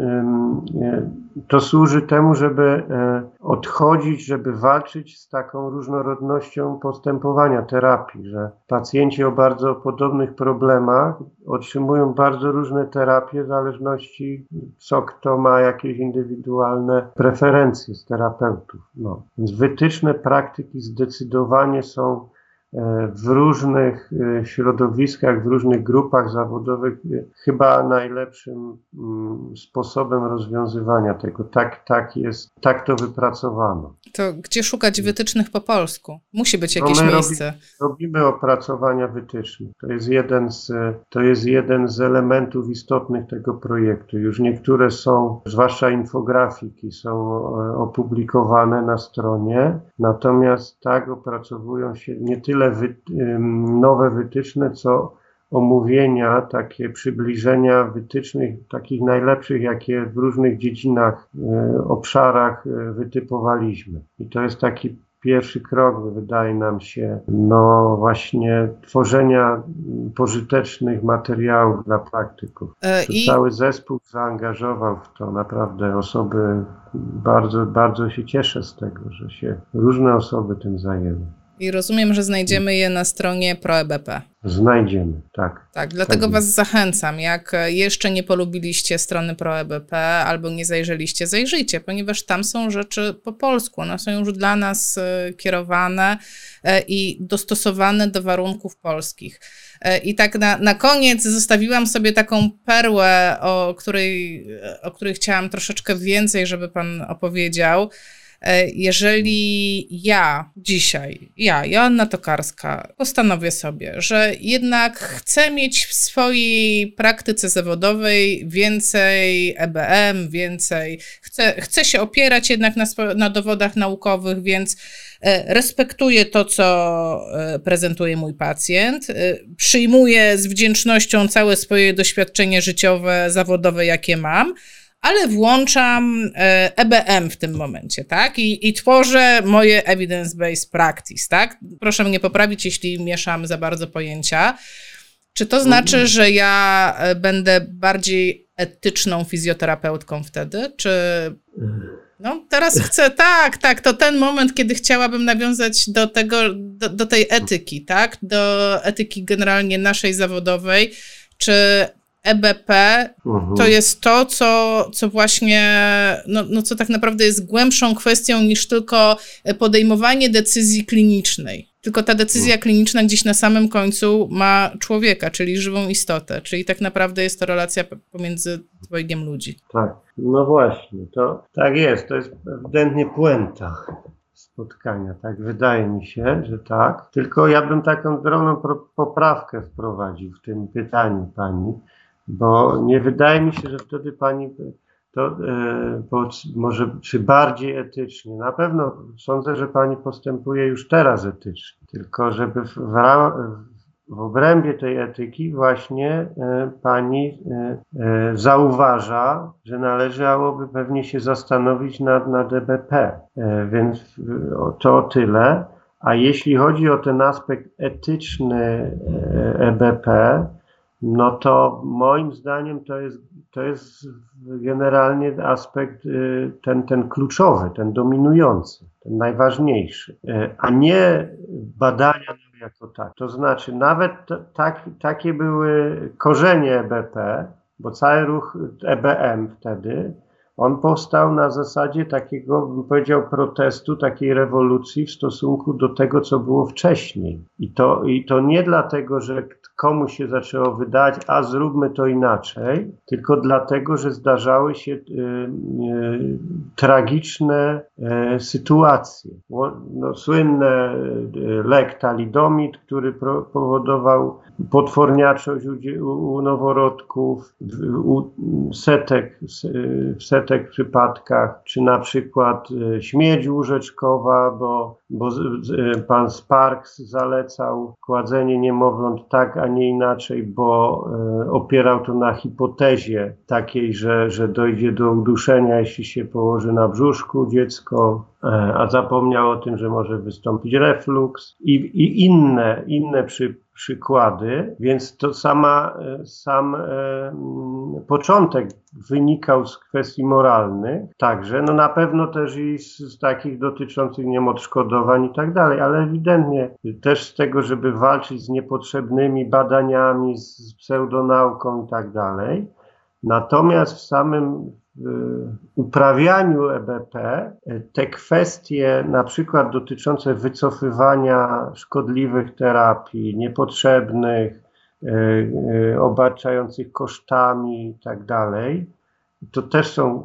to służy temu, żeby odchodzić, żeby walczyć z taką różnorodnością postępowania terapii, że pacjenci o bardzo podobnych problemach otrzymują bardzo różne terapie w zależności, co kto ma jakieś indywidualne preferencje z terapeutów. No. Więc wytyczne praktyki zdecydowanie są w różnych środowiskach, w różnych grupach zawodowych chyba najlepszym sposobem rozwiązywania tego. Tak, tak jest, tak to wypracowano. To gdzie szukać wytycznych po polsku? Musi być jakieś no my miejsce. Robi, robimy opracowania wytycznych. To jest jeden z, to jest jeden z elementów istotnych tego projektu. Już niektóre są, zwłaszcza infografiki, są opublikowane na stronie, natomiast tak opracowują się nie tyle Wy, nowe wytyczne, co omówienia, takie przybliżenia wytycznych, takich najlepszych, jakie w różnych dziedzinach, e, obszarach e, wytypowaliśmy. I to jest taki pierwszy krok, wydaje nam się, no właśnie tworzenia pożytecznych materiałów dla praktyków. E, i... Cały zespół zaangażował w to, naprawdę osoby, bardzo, bardzo się cieszę z tego, że się różne osoby tym zajęły. I rozumiem, że znajdziemy je na stronie ProEBP. Znajdziemy, tak. Tak, dlatego tak was zachęcam. Jak jeszcze nie polubiliście strony ProEBP albo nie zajrzeliście, zajrzyjcie, ponieważ tam są rzeczy po polsku. One są już dla nas kierowane i dostosowane do warunków polskich. I tak na, na koniec zostawiłam sobie taką perłę, o której, o której chciałam troszeczkę więcej, żeby pan opowiedział. Jeżeli ja dzisiaj, ja, Joanna Tokarska, postanowię sobie, że jednak chcę mieć w swojej praktyce zawodowej więcej E B M, więcej, chcę, chcę się opierać jednak na, na dowodach naukowych, więc respektuję to, co prezentuje mój pacjent, przyjmuję z wdzięcznością całe swoje doświadczenie życiowe, zawodowe, jakie mam, ale włączam E B M w tym momencie, tak? I, i tworzę moje evidence-based practice, tak? Proszę mnie poprawić, jeśli mieszam za bardzo pojęcia. Czy to znaczy, że ja będę bardziej etyczną fizjoterapeutką wtedy? Czy... No teraz chcę, tak, tak, to ten moment, kiedy chciałabym nawiązać do tego, do, do tej etyki, tak? Do etyki generalnie naszej zawodowej. Czy E B P mhm. to jest to, co, co właśnie, no, no co tak naprawdę jest głębszą kwestią niż tylko podejmowanie decyzji klinicznej. Tylko ta decyzja kliniczna gdzieś na samym końcu ma człowieka, czyli żywą istotę, czyli tak naprawdę jest to relacja pomiędzy dwojgiem ludzi. Tak, no właśnie, to tak jest, to jest ewidentnie puenta spotkania, tak wydaje mi się, że tak. Tylko ja bym taką drobną poprawkę wprowadził w tym pytaniu pani, bo nie wydaje mi się, że wtedy pani to e, po, może czy bardziej etycznie. Na pewno sądzę, że pani postępuje już teraz etycznie, tylko żeby w, w, w obrębie tej etyki właśnie e, pani e, e, zauważa, że należałoby pewnie się zastanowić nad, nad E B P. E, więc o, to o tyle. A jeśli chodzi o ten aspekt etyczny E B P, no to moim zdaniem to jest, to jest generalnie aspekt ten, ten kluczowy, ten dominujący, ten najważniejszy, a nie badania jako tak. To znaczy nawet tak, takie były korzenie E B P, bo cały ruch E B M wtedy, On powstał na zasadzie takiego, bym powiedział, protestu, takiej rewolucji w stosunku do tego, co było wcześniej. I to, i to nie dlatego, że komuś się zaczęło wydawać, a zróbmy to inaczej, tylko dlatego, że zdarzały się y, y, tragiczne y, sytuacje. No, słynne y, lek talidomid, który pro, powodował potworniaczość u, u noworodków, u setek, w setek przypadkach, czy na przykład śmierć łóżeczkowa, bo, bo pan Sparks zalecał kładzenie niemowląt tak, a nie inaczej, bo opierał to na hipotezie takiej, że, że dojdzie do uduszenia, jeśli się położy na brzuszku dziecko, a zapomniał o tym, że może wystąpić refluks i, i inne, inne przy, przykłady, więc to sama, sam e, początek wynikał z kwestii moralnych także, no na pewno też i z, z takich dotyczących nie wiem, odszkodowań i tak dalej, ale ewidentnie też z tego, żeby walczyć z niepotrzebnymi badaniami, z pseudonauką i tak dalej. Natomiast w samym w uprawianiu E B P te kwestie na przykład dotyczące wycofywania szkodliwych terapii, niepotrzebnych, yy, obarczających kosztami i tak dalej, to też są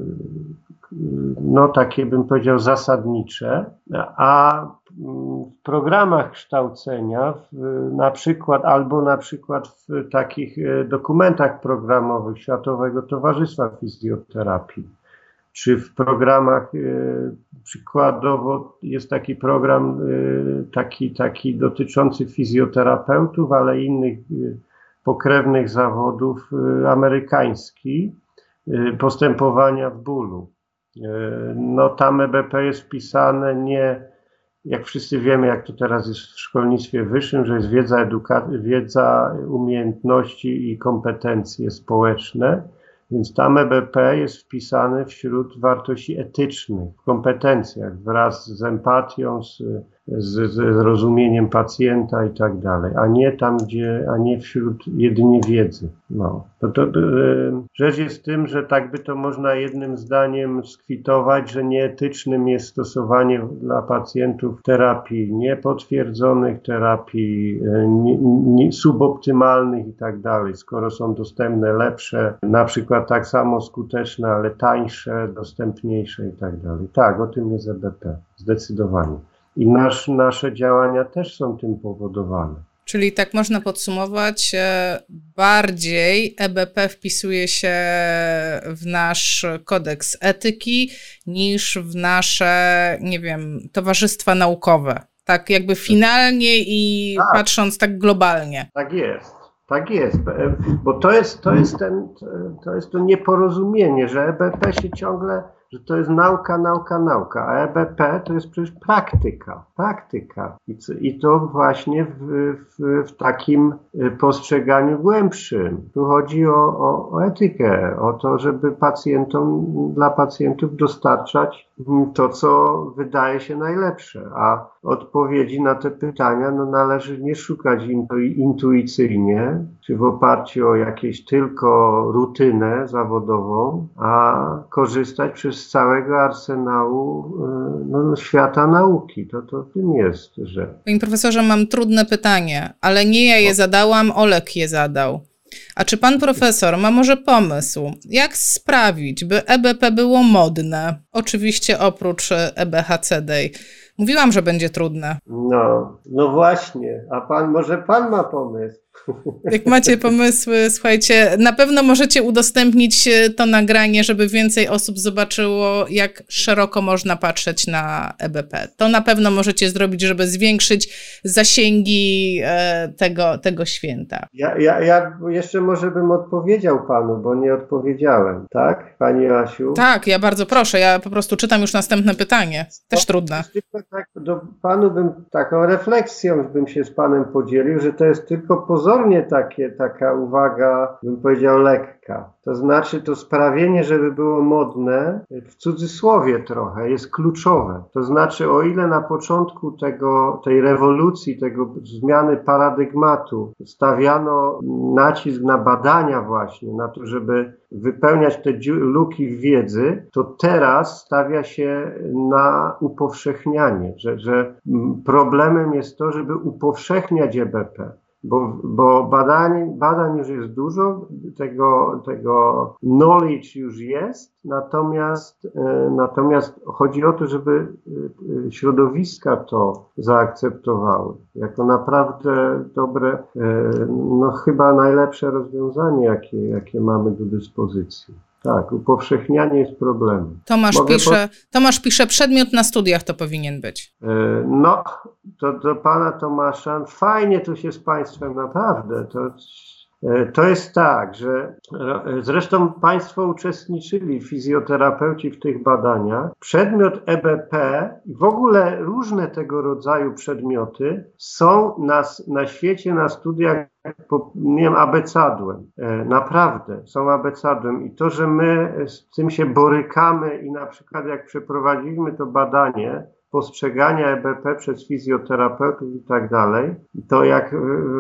yy, no takie bym powiedział zasadnicze, a w programach kształcenia w, na przykład albo na przykład w takich dokumentach programowych Światowego Towarzystwa Fizjoterapii, czy w programach y, przykładowo jest taki program y, taki, taki dotyczący fizjoterapeutów, ale innych y, pokrewnych zawodów y, amerykański, y, postępowania w bólu. Y, no tam E B P jest wpisane nie, jak wszyscy wiemy, jak to teraz jest w szkolnictwie wyższym, że jest wiedza, eduka- wiedza, umiejętności i kompetencje społeczne, więc tam E B P jest wpisane wśród wartości etycznych, w kompetencjach wraz z empatią, z, z, z rozumieniem pacjenta i tak dalej, a nie tam, gdzie, a nie wśród jedynie wiedzy. No. To, to, to, rzecz jest w tym, że tak by to można jednym zdaniem skwitować, że nieetycznym jest stosowanie dla pacjentów terapii niepotwierdzonych, terapii nie, nie, suboptymalnych i tak dalej, skoro są dostępne lepsze, na przykład tak samo skuteczne, ale tańsze, dostępniejsze i tak dalej. Tak, o tym jest E B P, zdecydowanie. I nasz, nasze działania też są tym powodowane. Czyli tak można podsumować, bardziej E B P wpisuje się w nasz kodeks etyki niż w nasze, nie wiem, towarzystwa naukowe. Tak jakby finalnie i tak. Patrząc tak globalnie. Tak jest. Tak jest, bo to jest, to jest, ten, to jest to nieporozumienie, że E B P się ciągle, że to jest nauka, nauka, nauka, a E B P to jest przecież praktyka, praktyka. I, i to właśnie w, w, w takim postrzeganiu głębszym. Tu chodzi o, o, o etykę, o to, żeby pacjentom, dla pacjentów dostarczać to, co wydaje się najlepsze, a odpowiedzi na te pytania no, należy nie szukać intu, intuicyjnie, czy w oparciu o jakieś tylko rutynę zawodową, a korzystać przez całego arsenału no, świata nauki. To, to w tym jest, że... Panie profesorze, mam trudne pytanie, ale nie ja je zadałam, Olek je zadał. A czy pan profesor ma może pomysł, jak sprawić, by E B P było modne? Oczywiście oprócz E B H C Day. Mówiłam, że będzie trudne. No, no właśnie. A pan, może pan ma pomysł? Jak macie pomysły, słuchajcie, na pewno możecie udostępnić to nagranie, żeby więcej osób zobaczyło, jak szeroko można patrzeć na E B P. To na pewno możecie zrobić, żeby zwiększyć zasięgi tego, tego święta. Ja, ja, ja jeszcze może bym odpowiedział panu, bo nie odpowiedziałem, tak, pani Asiu? Tak, ja bardzo proszę, ja po prostu czytam już następne pytanie. Też trudne. Tylko tak, do panu bym taką refleksją bym się z panem podzielił, że to jest tylko pozornie takie, taka uwaga, bym powiedział, lekka. To znaczy to sprawienie, żeby było modne, w cudzysłowie trochę, jest kluczowe. To znaczy o ile na początku tego, tej rewolucji, tego zmiany paradygmatu stawiano nacisk na badania właśnie, na to, żeby wypełniać te luki w wiedzy, to teraz stawia się na upowszechnianie, że, że problemem jest to, żeby upowszechniać E B P. Bo, bo badań, badań już jest dużo, tego, tego knowledge już jest, natomiast, e, natomiast chodzi o to, żeby e, środowiska to zaakceptowały jako naprawdę dobre, e, no chyba najlepsze rozwiązanie, jakie, jakie mamy do dyspozycji. Tak, upowszechnianie jest problemem. Tomasz pisze, po... Tomasz pisze, przedmiot na studiach to powinien być. No, to do pana Tomasza, fajnie tu się z państwem, naprawdę. To, to jest tak, że zresztą państwo uczestniczyli, fizjoterapeuci, w tych badaniach. Przedmiot E B P i w ogóle różne tego rodzaju przedmioty są na, na świecie, na studiach, po, nie wiem, abecadłem. E, naprawdę są abecadłem i to, że my z tym się borykamy i na przykład jak przeprowadziliśmy to badanie postrzegania E B P przez fizjoterapeutów i tak dalej, to jak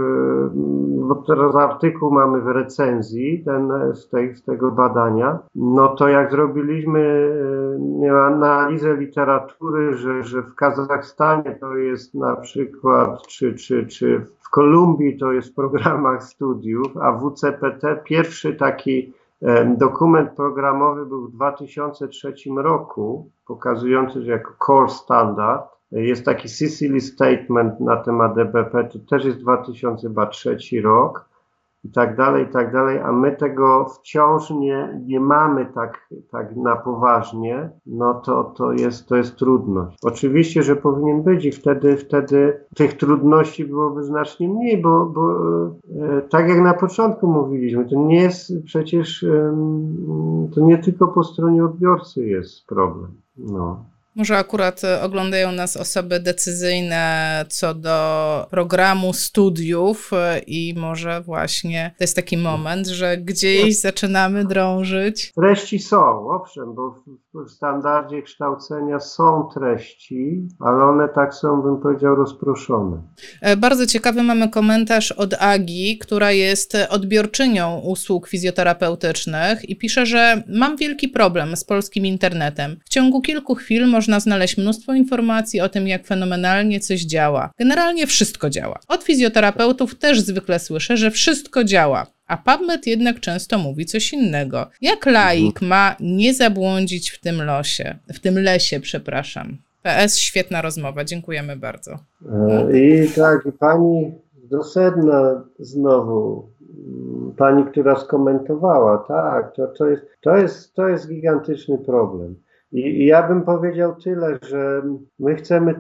bo teraz artykuł mamy w recenzji ten, z, tej, z tego badania, no to jak zrobiliśmy nie wiem, analizę literatury, że, że w Kazachstanie to jest na przykład, czy, czy, czy w Kolumbii to jest w programach studiów, a w W C P T pierwszy taki dokument programowy był w dwa tysiące trzecim roku, pokazujący, że jako core standard jest taki Sicily Statement na temat E B P, to też jest dwa tysiące trzeci rok i tak dalej, i tak dalej, a my tego wciąż nie, nie mamy tak, tak na poważnie, no to, to, jest, to jest trudność. Oczywiście, że powinien być i wtedy, wtedy tych trudności byłoby znacznie mniej, bo, bo e, tak jak na początku mówiliśmy, to nie jest przecież, e, to nie tylko po stronie odbiorcy jest problem. No. Może akurat oglądają nas osoby decyzyjne co do programu studiów i może właśnie to jest taki moment, że gdzieś zaczynamy drążyć. Treści są, owszem, bo w, w standardzie kształcenia są treści, ale one tak są, bym powiedział, rozproszone. Bardzo ciekawy mamy komentarz od Agi, która jest odbiorczynią usług fizjoterapeutycznych i pisze, że mam wielki problem z polskim internetem. W ciągu kilku chwil można znaleźć mnóstwo informacji o tym, jak fenomenalnie coś działa. Generalnie wszystko działa. Od fizjoterapeutów też zwykle słyszę, że wszystko działa, a PubMed jednak często mówi coś innego. Jak laik ma nie zabłądzić w tym losie, w tym lesie, przepraszam. P S, świetna rozmowa, dziękujemy bardzo. I tak, i pani do sedna znowu, pani, która skomentowała, tak, to, to, jest, to, jest, to jest gigantyczny problem. I, I ja bym powiedział tyle, że my chcemy,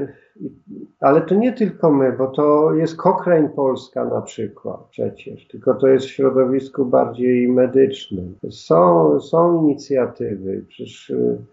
ale to nie tylko my, bo to jest Cochrane Polska na przykład przecież, tylko to jest w środowisku bardziej medycznym. Są, są inicjatywy, przecież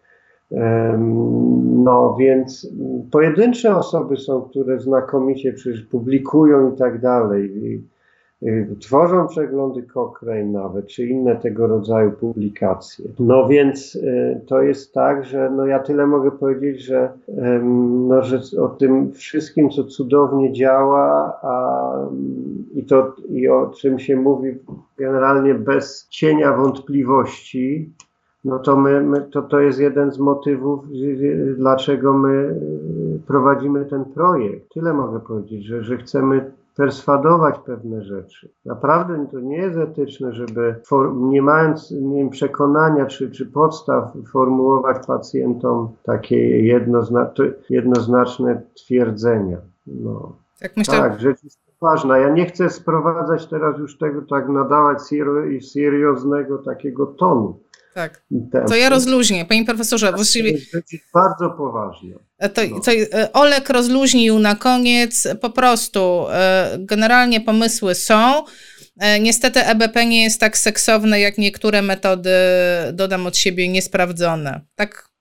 no więc pojedyncze osoby są, które znakomicie przecież publikują i tak dalej. Tworzą przeglądy Cochrane nawet, czy inne tego rodzaju publikacje. No więc y, to jest tak, że no ja tyle mogę powiedzieć, że, ym, no, że o tym wszystkim, co cudownie działa, a, i, to, i o czym się mówi generalnie bez cienia wątpliwości, no to, my, my, to, to jest jeden z motywów, dlaczego my prowadzimy ten projekt. Tyle mogę powiedzieć, że, że chcemy perswadować pewne rzeczy. Naprawdę to nie jest etyczne, żeby for, nie mając nie wiem, przekonania czy, czy podstaw formułować pacjentom takie jednozna, jednoznaczne twierdzenia. No. Tak, myślę... tak, rzecz jest ważna. Ja nie chcę sprowadzać teraz już tego, tak nadawać seri- serioznego takiego tonu. Tak, to ja rozluźnię. Panie profesorze, właściwie... To jest bardzo poważne. To, to Olek rozluźnił na koniec. Po prostu generalnie pomysły są. Niestety E B P nie jest tak seksowne jak niektóre metody, dodam od siebie, niesprawdzone. Tak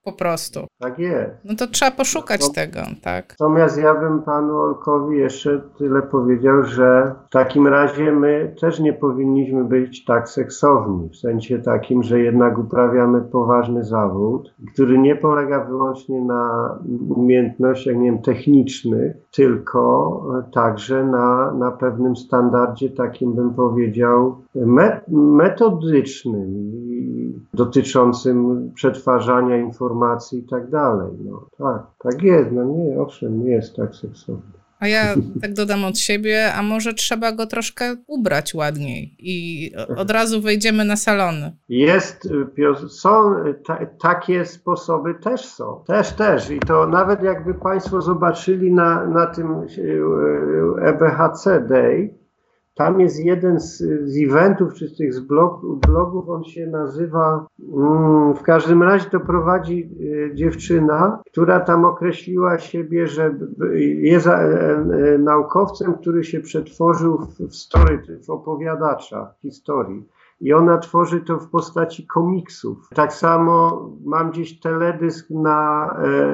po prostu. Tak jest. No to trzeba poszukać no, tego, tak. Natomiast ja bym panu Olkowi jeszcze tyle powiedział, że w takim razie my też nie powinniśmy być tak seksowni, w sensie takim, że jednak uprawiamy poważny zawód, który nie polega wyłącznie na umiejętnościach, nie wiem, technicznych, tylko także na, na pewnym standardzie takim, bym powiedział, me- metodycznym, dotyczącym przetwarzania informacji i tak dalej. No tak, tak jest, no nie, owszem, nie jest tak seksowny. A ja tak dodam od siebie, a może trzeba go troszkę ubrać ładniej i od razu wejdziemy na salony. Jest, są, ta, takie sposoby też są, też, też i to nawet jakby Państwo zobaczyli na, na tym E B H C Day, tam jest jeden z, z eventów, czy z tych z blog, blogów, on się nazywa, mm, w każdym razie to prowadzi y, dziewczyna, która tam określiła siebie, że jest e, e, naukowcem, który się przetworzył w, w story, w opowiadacza historii. I ona tworzy to w postaci komiksów. Tak samo mam gdzieś teledysk na,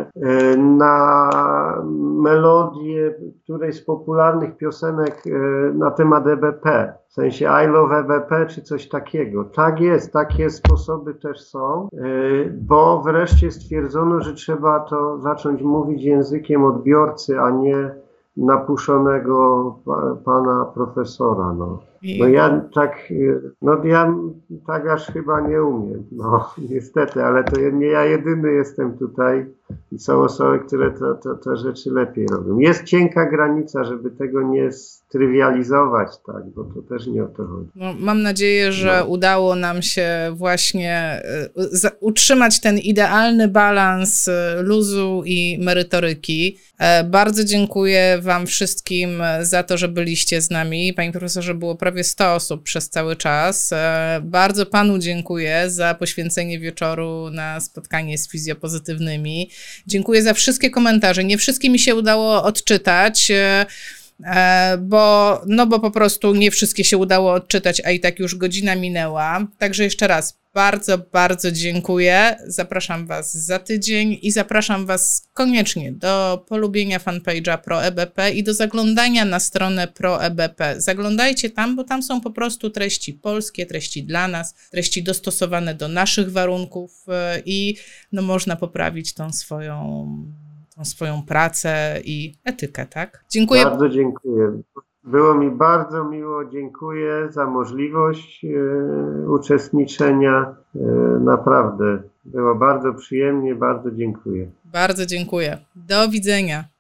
na melodię którejś z popularnych piosenek na temat E B P. W sensie I love E B P czy coś takiego. Tak jest, takie sposoby też są, bo wreszcie stwierdzono, że trzeba to zacząć mówić językiem odbiorcy, a nie napuszonego pana profesora, no. No ja tak, no ja tak aż chyba nie umiem, no niestety, ale to nie ja jedyny jestem tutaj i są osoby, które to, to, te rzeczy lepiej robią. Jest cienka granica, żeby tego nie strywializować, tak, bo to też nie o to chodzi. No, mam nadzieję, że no. udało nam się właśnie y, utrzymać ten idealny balans y, luzu i merytoryki. E, bardzo dziękuję wam wszystkim za to, że byliście z nami. Panie profesorze, było prawie sto osób przez cały czas. E, bardzo panu dziękuję za poświęcenie wieczoru na spotkanie z fizjopozytywnymi. Dziękuję za wszystkie komentarze. Nie wszystkie mi się udało odczytać, bo, no bo po prostu nie wszystkie się udało odczytać, a i tak już godzina minęła. Także jeszcze raz bardzo, bardzo dziękuję. Zapraszam was za tydzień i zapraszam was koniecznie do polubienia fanpage'a ProEBP i do zaglądania na stronę ProEBP. Zaglądajcie tam, bo tam są po prostu treści polskie, treści dla nas, treści dostosowane do naszych warunków i no można poprawić tą swoją swoją pracę i etykę, tak? Dziękuję. Bardzo dziękuję. Było mi bardzo miło, dziękuję za możliwość e, uczestniczenia. E, naprawdę było bardzo przyjemnie, bardzo dziękuję. Bardzo dziękuję. Do widzenia.